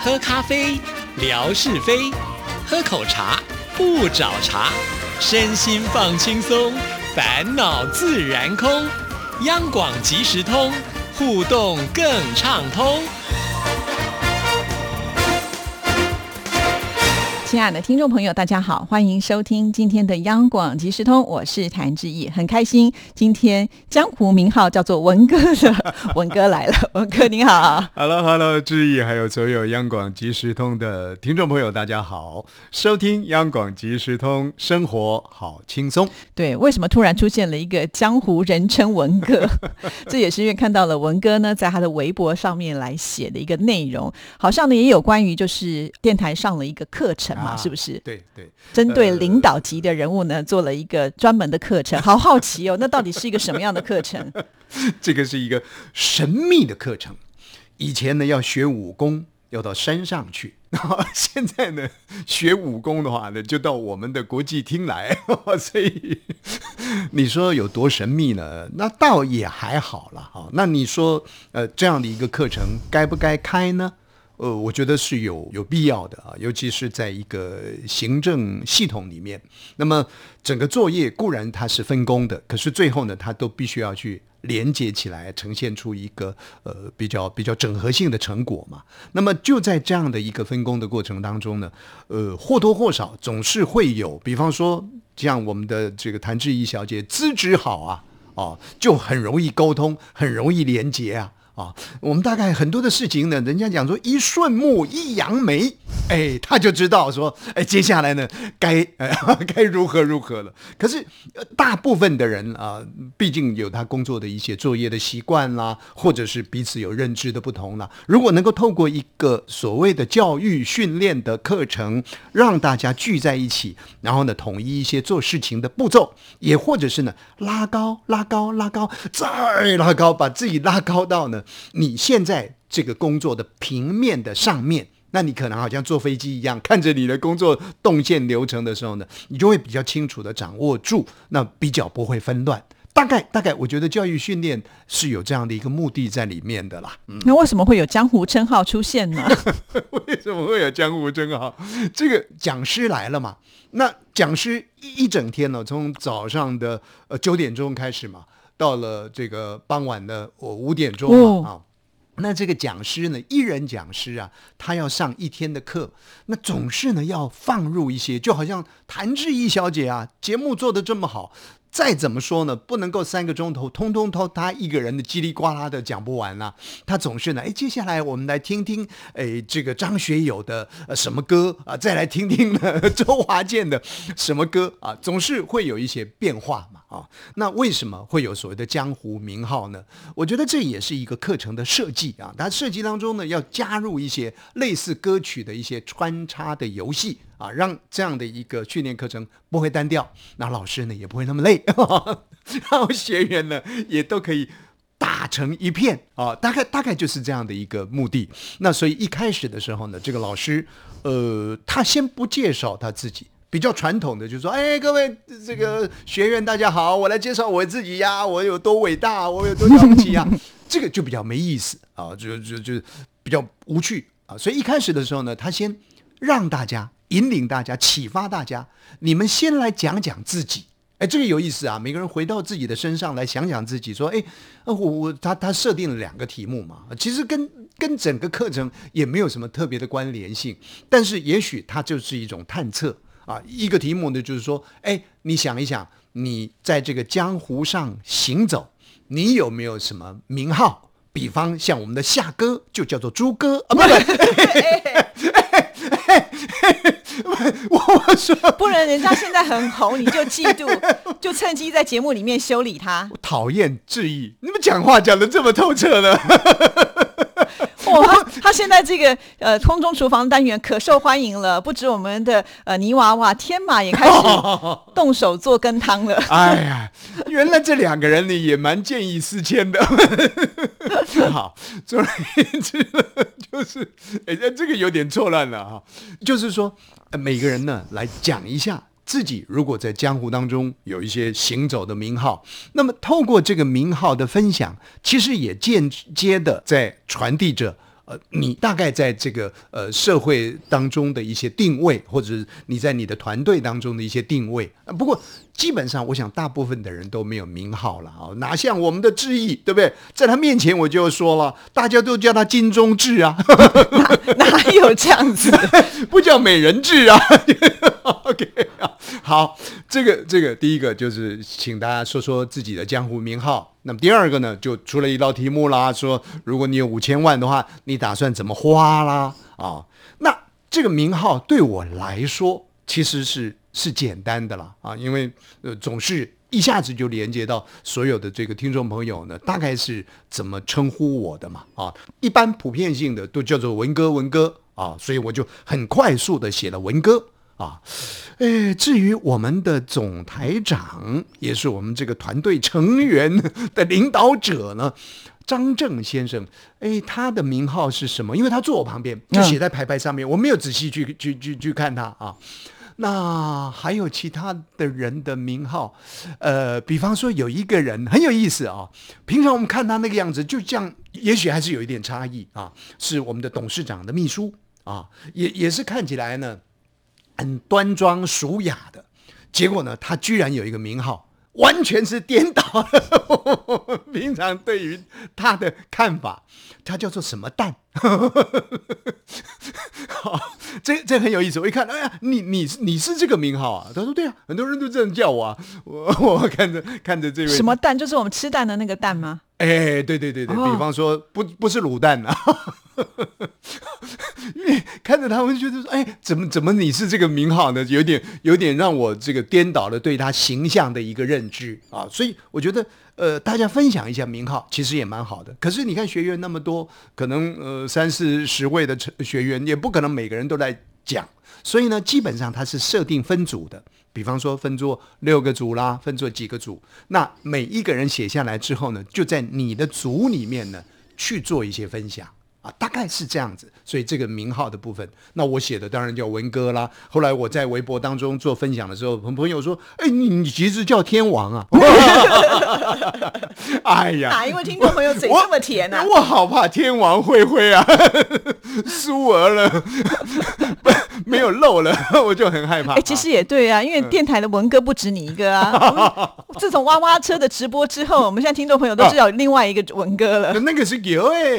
喝咖啡，聊是非；喝口茶，不找茬。身心放轻松，烦恼自然空。央广即时通，互动更畅通。 亲爱的听众朋友大家好，欢迎收听今天的央广即时通，我是谭志毅，很开心今天江湖名号叫做文哥的文哥来了。文哥您好。 Hello， 志毅还有所有央广即时通的听众朋友大家好，收听央广即时通，生活好轻松。 对，为什么突然出现了一个江湖人称文哥这也是因为看到了文哥呢在他的微博上面来写的一个内容，好像呢也有关于就是电台上了一个课程嘛，是不是？ 对对， 针对领导级的人物呢做了一个专门的课程，好好奇哦，那到底是一个什么样的课程？ 这个是一个神秘的课程。以前呢要学武功要到山上去，然后现在呢学武功的话呢就到我们的国际厅来所以你说有多神秘呢？那倒也还好了。那你说这样的一个课程该不该开呢？我觉得是有必要的尤其是在一个行政系统里面。那么整个作业固然它是分工的，可是最后呢，它都必须要去连接起来，呈现出一个比较整合性的成果嘛。那么就在这样的一个分工的过程当中呢，或多或少总是会有，比方说像我们的这个谭志毅小姐资质好就很容易沟通，很容易连接我们大概很多的事情呢，人家讲说一顺目一扬眉，他就知道说，接下来呢该如何了。可是大部分的人毕竟有他工作的一些作业的习惯啦，或者是彼此有认知的不同啦。如果能够透过一个所谓的教育训练的课程，让大家聚在一起，然后呢统一一些做事情的步骤，也或者是呢拉高，再拉高，把自己拉高到呢你现在这个工作的平面的上面，那你可能好像坐飞机一样，看着你的工作动线流程的时候呢，你就会比较清楚的掌握住，那比较不会纷乱。大概我觉得教育训练是有这样的一个目的在里面的啦。 那为什么会有江湖称号出现呢？ 为什么会有江湖称号？这个讲师来了嘛，那讲师一整天呢，从早上的9点钟开始嘛，到了这个傍晚的5点钟那这个讲师呢，一人讲师他要上一天的课，那总是呢要放入一些，就好像谭志毅小姐节目做得这么好，再怎么说呢，不能够3个钟头通通他一个人的叽里呱啦的讲不完他总是呢，接下来我们来听听这个张学友的什么歌再来听听呢周华健的什么歌总是会有一些变化嘛那为什么会有所谓的江湖名号呢？我觉得这也是一个课程的设计它设计当中呢要加入一些类似歌曲的一些穿插的游戏让这样的一个训练课程不会单调，那老师呢也不会那么累然后学员呢也都可以打成一片大概就是这样的一个目的。那所以一开始的时候呢，这个老师他先不介绍他自己，比较传统的就是说，各位这个学员大家好，我来介绍我自己我有多伟大，我有多了不起这个就比较没意思就比较无趣所以一开始的时候呢，他先让大家引领大家，启发大家，你们先来讲讲自己。这个有意思每个人回到自己的身上来想想自己，说他设定了2个题目嘛，其实跟整个课程也没有什么特别的关联性，但是也许它就是一种探测一个题目呢就是说你想一想，你在这个江湖上行走，你有没有什么名号？比方像我们的夏哥就叫做猪哥我说不然人家现在很红你就嫉妒，就趁机在节目里面修理他。 我讨厌质疑，你们讲话讲得这么透彻呢他现在这个空中厨房单元可受欢迎了，不止我们的泥娃娃天马也开始动手做羹汤了原来这2个人呢也蛮见异思迁的好，总而言之就是这个有点错乱了就是说每个人呢来讲一下自己如果在江湖当中有一些行走的名号，那么透过这个名号的分享，其实也间接的在传递着你大概在这个社会当中的一些定位，或者是你在你的团队当中的一些定位。不过基本上我想大部分的人都没有名号了啊，哪像我们的志毅，对不对？在他面前我就说了，大家都叫他金钟志啊， 哪有这样子不叫美人志啊。OK 好，这个第一个就是请大家说说自己的江湖名号。那么第二个呢，就出了一道题目啦，说如果你有5000万的话，你打算怎么花啦？啊，那这个名号对我来说其实是简单的啦啊，因为总是一下子就连接到所有的这个听众朋友呢，大概是怎么称呼我的嘛啊，一般普遍性的都叫做文哥啊，所以我就很快速的写了文哥。啊，至于我们的总台长，也是我们这个团队成员的领导者呢，张正先生，他的名号是什么？因为他坐我旁边，就写在牌牌上面，我没有仔细去看他啊。那还有其他的人的名号，比方说有一个人很有意思啊，平常我们看他那个样子，就这样，也许还是有一点差异啊，是我们的董事长的秘书啊，也是看起来呢很端庄淑雅的，结果呢，他居然有一个名号，完全是颠倒了平常对于他的看法，他叫做什么蛋？好，这很有意思。我一看，哎呀，你是这个名号啊？他说对啊，很多人都这样叫我啊。我看着这位什么蛋，就是我们吃蛋的那个蛋吗？ 对，比方说不是卤蛋啊。因为看着他们就觉得说，怎么你是这个名号呢？有点让我这个颠倒了对他形象的一个认知啊，所以我觉得大家分享一下名号其实也蛮好的。可是你看学员那么多，可能30-40位的学员，也不可能每个人都来讲，所以呢，基本上它是设定分组的。比方说分作6个组啦，分作几个组，那每一个人写下来之后呢，就在你的组里面呢去做一些分享啊，大概是这样子。所以这个名号的部分，那我写的当然叫文哥啦。后来我在微博当中做分享的时候，朋友说：“你其实叫天王啊！”哎呀， 哪一位听众朋友嘴这么甜啊？ 我好怕天王慧啊，输额了。没有漏了，我就很害怕。 其实也对啊，因为电台的文哥不止你一个啊。自从挖挖车的直播之后，我们现在听众朋友都知道有另外一个文哥了。 那个是牛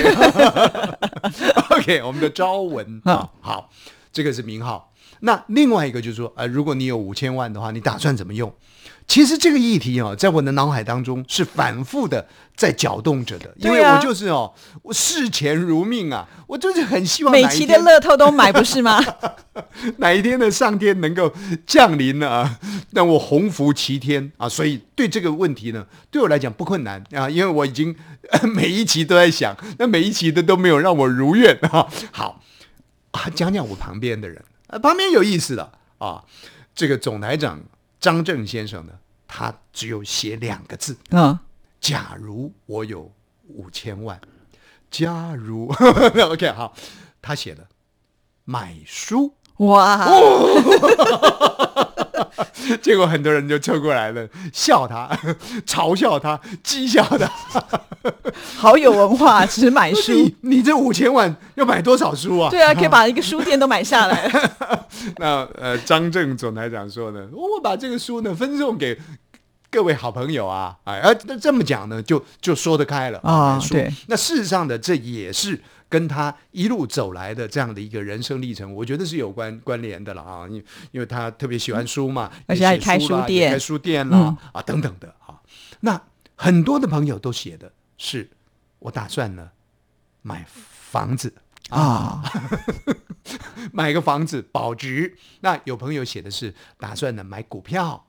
OK， 我们的昭文好，这个是名号。那另外一个就是说，如果你有5000万的话，你打算怎么用？其实这个议题在我的脑海当中是反复的在搅动着的，因为我就是我视钱如命啊，我就是很希望每期的乐透都买，不是吗？ 哪一天的上天能够降临啊，让我鸿福齐天啊！所以对这个问题呢，对我来讲不困难啊，因为我已经每一期都在想，那每一期的都没有让我如愿啊。好啊，讲讲我旁边的人，旁边有意思的啊，这个总台长张正先生呢，他只有写2个字假如我有5000万，假如OK 好，他写了买书。 哇！ 结果很多人就凑过来了，笑他，嘲笑他，讥笑他。 好有文化，只买书。 你这5000万要买多少书啊？ 对啊，可以把一个书店都买下来。 那张正总台长说呢，我把这个书呢分送给各位好朋友啊，这么讲呢，就说得开了啊。对，那事实上的这也是跟他一路走来的这样的一个人生历程，我觉得是有关联的了啊。因为他特别喜欢书嘛， 而且还开书店， 开书店啦等等的啊。那很多的朋友都写的是，我打算呢买房子啊，买个房子保值。那有朋友写的是打算呢买股票。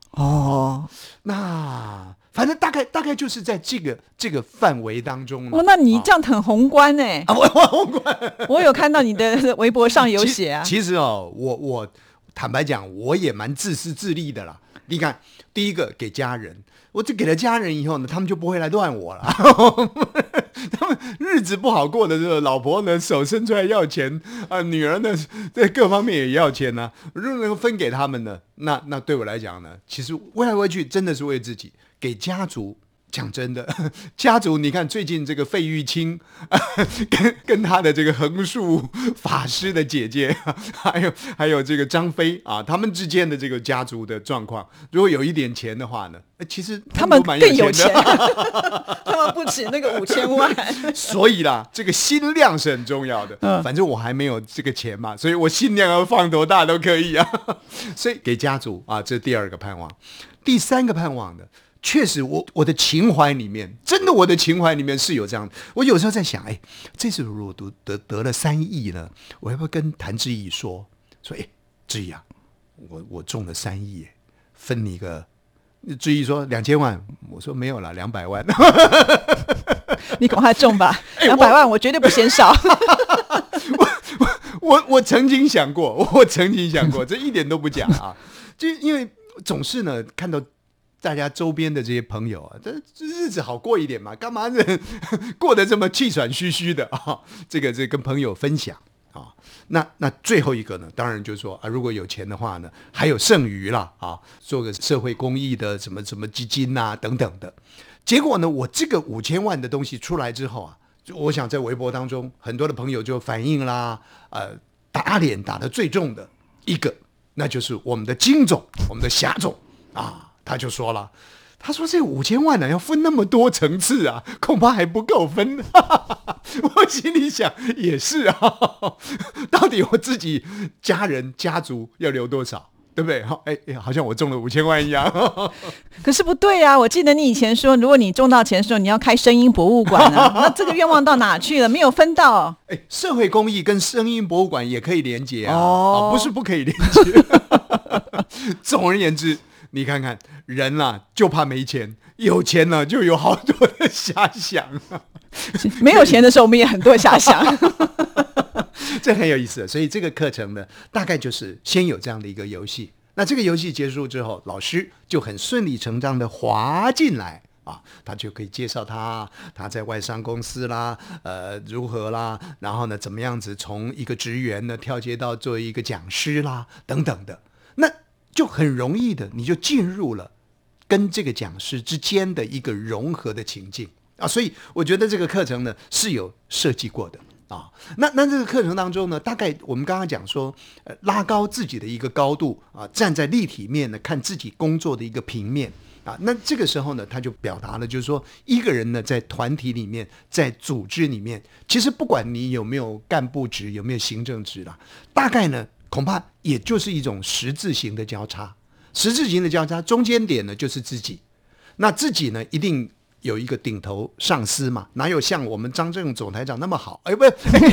那反正大概就是在这个范围当中。 那你这样很宏观哎！ 我宏观， 我有看到你的微博上有写啊。 其实我坦白讲，我也蛮自私自利的啦。你看，第一个给家人，我就给了家人以后呢，他们就不会来乱我了。他们日子不好过的时候，老婆呢手伸出来要钱啊，女儿呢在各方面也要钱呢。如果能够分给他们呢，那对我来讲呢，其实为来为去真的是为自己，给家族讲真的，家族你看最近这个费玉清跟他的这个横竖法师的姐姐，还有这个张飞啊，他们之间的这个家族的状况，如果有一点钱的话呢，其实他们蛮更有钱的，他们不止那个5000万。 所以啦，这个心量是很重要的。反正我还没有这个钱嘛，所以我心量要放多大都可以啊。所以给家族啊，这是第2个盼望。第3个盼望呢，确实我的情怀里面，真的我的情怀里面是有这样。我有时候在想，这次如果得了3亿呢，我要不要跟谭志毅说，志毅啊，我中了3亿，分你个。志毅说2000万，我说没有了，200万。 你赶快中吧，200万我绝对不嫌少。 我曾经想过，这一点都不假啊。就因为总是呢看到大家周边的这些朋友啊，这日子好过一点嘛，干嘛过得这么气喘吁吁的啊？这跟朋友分享啊。那最后一个呢，当然就是说啊，如果有钱的话呢，还有剩余啦啊，做个社会公益的什么基金啊等等的。结果呢，我这个5000万的东西出来之后啊，我想在微博当中很多的朋友就反映啦，打脸打得最重的一个，那就是我们的金总，我们的霞总啊，他就说了，他说这5000万呢要分那么多层次啊，恐怕还不够分。我心里想也是啊，到底我自己家人家族要留多少？对不对？好像我中了5000万一样。 可是不对啊！我记得你以前说，如果你中到钱的时候，你要开声音博物馆啊。那这个愿望到哪去了？没有分到。 社会公益跟声音博物馆也可以连结啊，不是不可以连结。总而言之，你看看人啊，就怕没钱，有钱呢就有好多的遐想。 没有钱的时候，我们也很多遐想。 这很有意思，所以这个课程呢，大概就是先有这样的一个游戏。那这个游戏结束之后，老师就很顺理成章的滑进来啊，他就可以介绍他在外商公司啦，如何啦，然后呢，怎么样子从一个职员呢跳接到作为一个讲师啦，等等的，那就很容易的你就进入了跟这个讲师之间的一个融合的情境啊，所以我觉得这个课程呢是有设计过的。那这个课程当中呢，大概我们刚刚讲说，拉高自己的一个高度啊，站在立体面呢看自己工作的一个平面啊，那这个时候呢，他就表达了，就是说一个人呢在团体里面，在组织里面，其实不管你有没有干部职，有没有行政职啦，大概呢恐怕也就是一种十字形的交叉，十字形的交叉中间点呢就是自己，那自己呢一定有一个顶头上司嘛，哪有像我们张正总台长那么好？不是，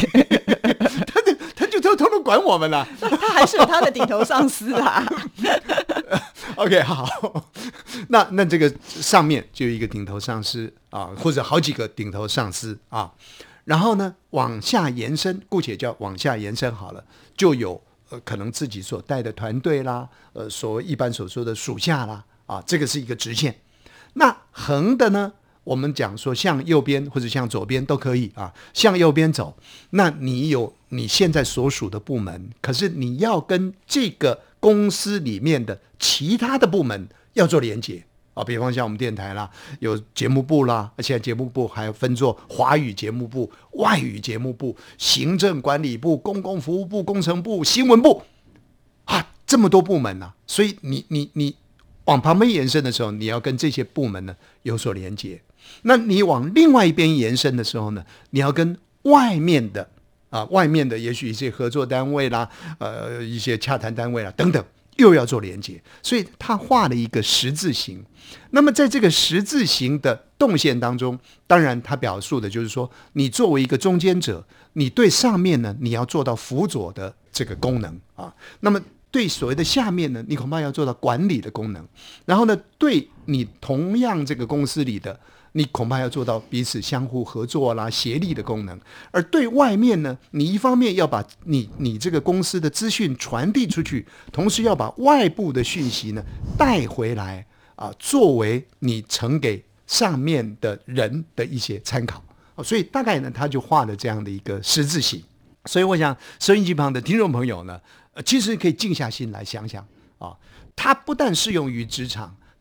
他就偷偷管我们了。 他还是有他的顶头上司啊。 OK， 好，那这个上面就有一个顶头上司啊，或者好几个顶头上司啊，然后呢往下延伸，姑且叫往下延伸好了，就有可能自己所带的团队啦，所一般所说的属下啦啊，这个是一个直线。那横的呢，我们讲说向右边或者向左边都可以啊，向右边走，那你有你现在所属的部门，可是你要跟这个公司里面的其他的部门要做连结啊，比方像我们电台啦，有节目部啦，而且节目部还分作华语节目部、外语节目部、行政管理部、公共服务部、工程部、新闻部啊，这么多部门啊，所以你往旁边延伸的时候，你要跟这些部门呢有所连接。那你往另外一边延伸的时候呢，你要跟外面的也许一些合作单位啦，一些洽谈单位啦等等，又要做连接。所以他画了一个十字形。那么在这个十字形的动线当中，当然他表述的就是说，你作为一个中间者，你对上面呢，你要做到辅佐的这个功能啊。那么对所谓的下面呢，你恐怕要做到管理的功能，然后呢，对你同样这个公司里的，你恐怕要做到彼此相互合作啦、协力的功能。而对外面呢，你一方面要把你这个公司的资讯传递出去，同时要把外部的讯息呢带回来啊，作为你呈给上面的人的一些参考。所以大概呢，他就画了这样的一个十字形。所以我想收音机旁的听众朋友呢，其实可以静下心来想想啊，它不但适用于职场，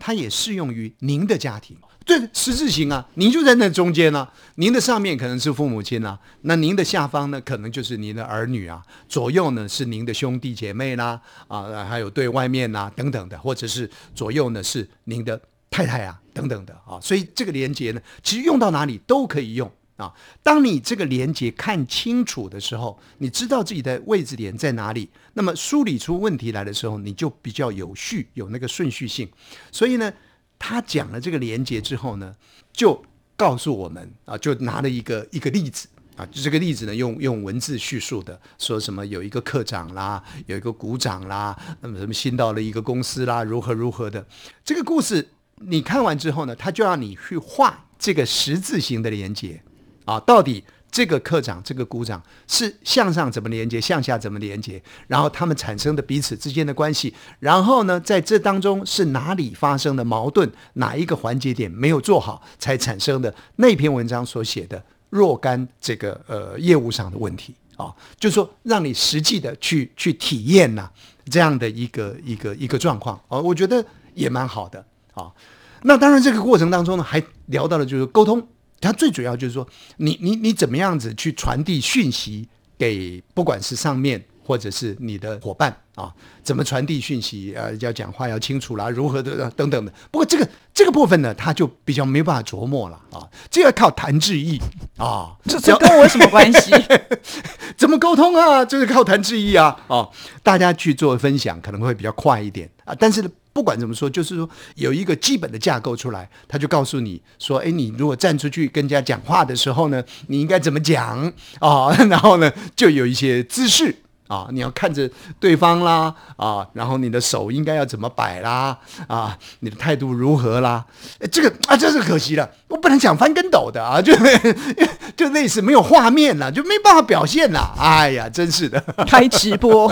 它也适用于您的家庭。对，十字形啊，您就在那中间啊，您的上面可能是父母亲啊，那您的下方呢，可能就是您的儿女啊，左右呢是您的兄弟姐妹啦，还有对外面啊等等的，或者是左右呢是您的太太啊等等的啊，所以这个连结呢，其实用到哪里都可以用啊。当你这个连结看清楚的时候，你知道自己的位置点在哪里，那么梳理出问题来的时候，你就比较有序，有那个顺序性。所以呢，他讲了这个连结之后呢，就告诉我们啊，就拿了一个例子啊，就这个例子呢，用文字叙述的，说什么有一个科长啦，有一个股长啦，那么什么新到了一个公司啦，如何的。这个故事你看完之后呢，他就让你去画这个十字形的连结啊，到底这个科长这个股长是向上怎么连接，向下怎么连接，然后他们产生的彼此之间的关系，然后呢在这当中是哪里发生的矛盾，哪一个环节点没有做好，才产生的那篇文章所写的若干这个业务上的问题啊，就是说让你实际的去体验这样的一个状况啊，我觉得也蛮好的啊。那当然这个过程当中呢，还聊到了就是沟通。它最主要就是说，你怎么样子去传递讯息给不管是上面或者是你的伙伴啊，怎么传递讯息要讲话要清楚啦，如何的等等的。不过这个部分呢，它就比较没办法琢磨了啊，这要靠谈志毅啊， 这跟我有什么关系？ 怎么沟通啊？就是靠谈志毅啊，大家去做分享可能会比较快一点啊，但是不管怎么说，就是说有一个基本的架构出来，他就告诉你说，你如果站出去跟人家讲话的时候呢，你应该怎么讲啊？然后呢，就有一些姿势啊，你要看着对方啦啊，然后你的手应该要怎么摆啦啊，你的态度如何啦？这个真是可惜了，我本来想翻跟斗的啊，就类似没有画面了，就没办法表现了。哎呀，真是的， 开直播。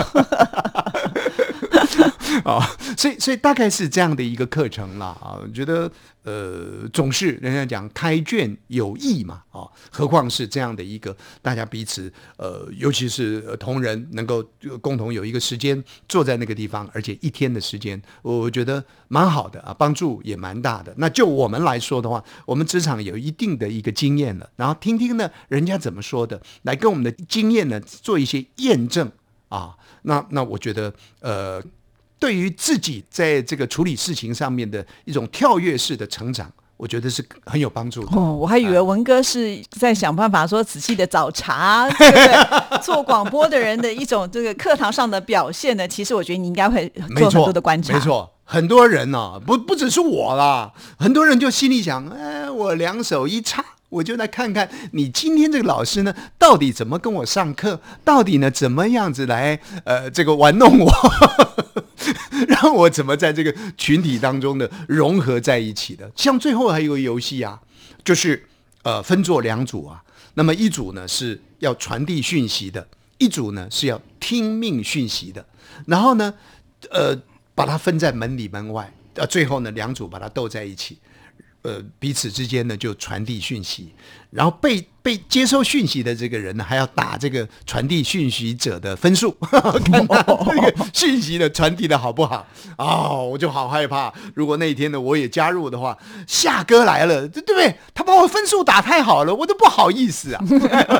所以大概是这样的一个课程啦啊，我觉得总是人家讲开卷有益嘛啊，何况是这样的一个大家彼此尤其是同仁能够共同有一个时间坐在那个地方，而且一天的时间，我觉得蛮好的啊，帮助也蛮大的。那就我们来说的话，我们职场有一定的一个经验了，然后听听呢人家怎么说的，来跟我们的经验呢做一些验证啊。那我觉得对于自己在这个处理事情上面的一种跳跃式的成长，我觉得是很有帮助的。 我还以为文哥是在想办法说仔细的找茬，对不对？做广播的人的一种这个课堂上的表现呢，其实我觉得你应该会做很多的观察。 没错，很多人呢，不只是我啦，很多人就心里想，我两手一插，我就来看看你今天这个老师呢，到底怎么跟我上课，到底呢怎么样子来这个玩弄我。让我怎么在这个群体当中的融合在一起的。像最后还有一个游戏啊，就是分作两组啊，那么一组呢是要传递讯息的，一组呢是要听命讯息的，然后呢把它分在门里门外，最后呢两组把它斗在一起，彼此之间呢就传递讯息，然后被接收讯息的这个人呢，还要打这个传递讯息者的分数，看他这个讯息的传递的好不好。我就好害怕，如果那一天呢我也加入的话，夏哥来了，对不对？他把我分数打太好了，我都不好意思啊。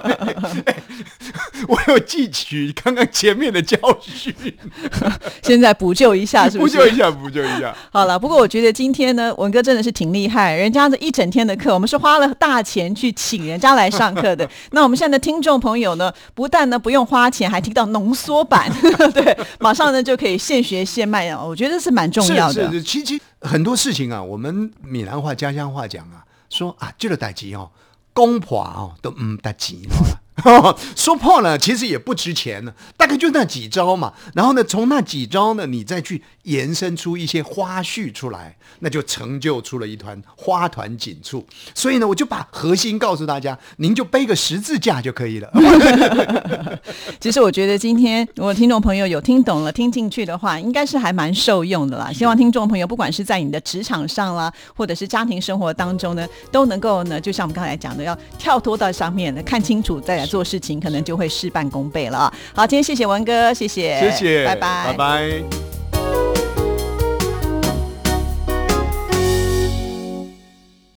我有汲取刚刚前面的教训， 现在补救一下，是不是？ 补救一下。 好了，不过我觉得今天呢，文哥真的是挺厉害，人家这一整天的课，我们是花了大钱去请人家来上课的。那我们现在的听众朋友呢，不但呢不用花钱，还听到浓缩版，对，马上呢就可以现学现卖啊！我觉得是蛮重要的。 是，其实很多事情啊，我们闽南话、家乡话讲啊，说啊，这个代志哦，公婆哦都得钱说破了其实也不值钱了，大概就那几招嘛。然后呢，从那几招呢，你再去延伸出一些花絮出来，那就成就出了一团花团锦簇。所以呢，我就把核心告诉大家，您就背个十字架就可以了。 其实我觉得今天如果听众朋友有听懂了、听进去的话，应该是还蛮受用的啦。希望听众朋友不管是在你的职场上啦，或者是家庭生活当中呢，都能够呢，就像我们刚才讲的，要跳脱到上面看清楚，再来做事情，可能就会事半功倍了。好，今天谢谢文哥，谢谢， 拜拜， 拜拜。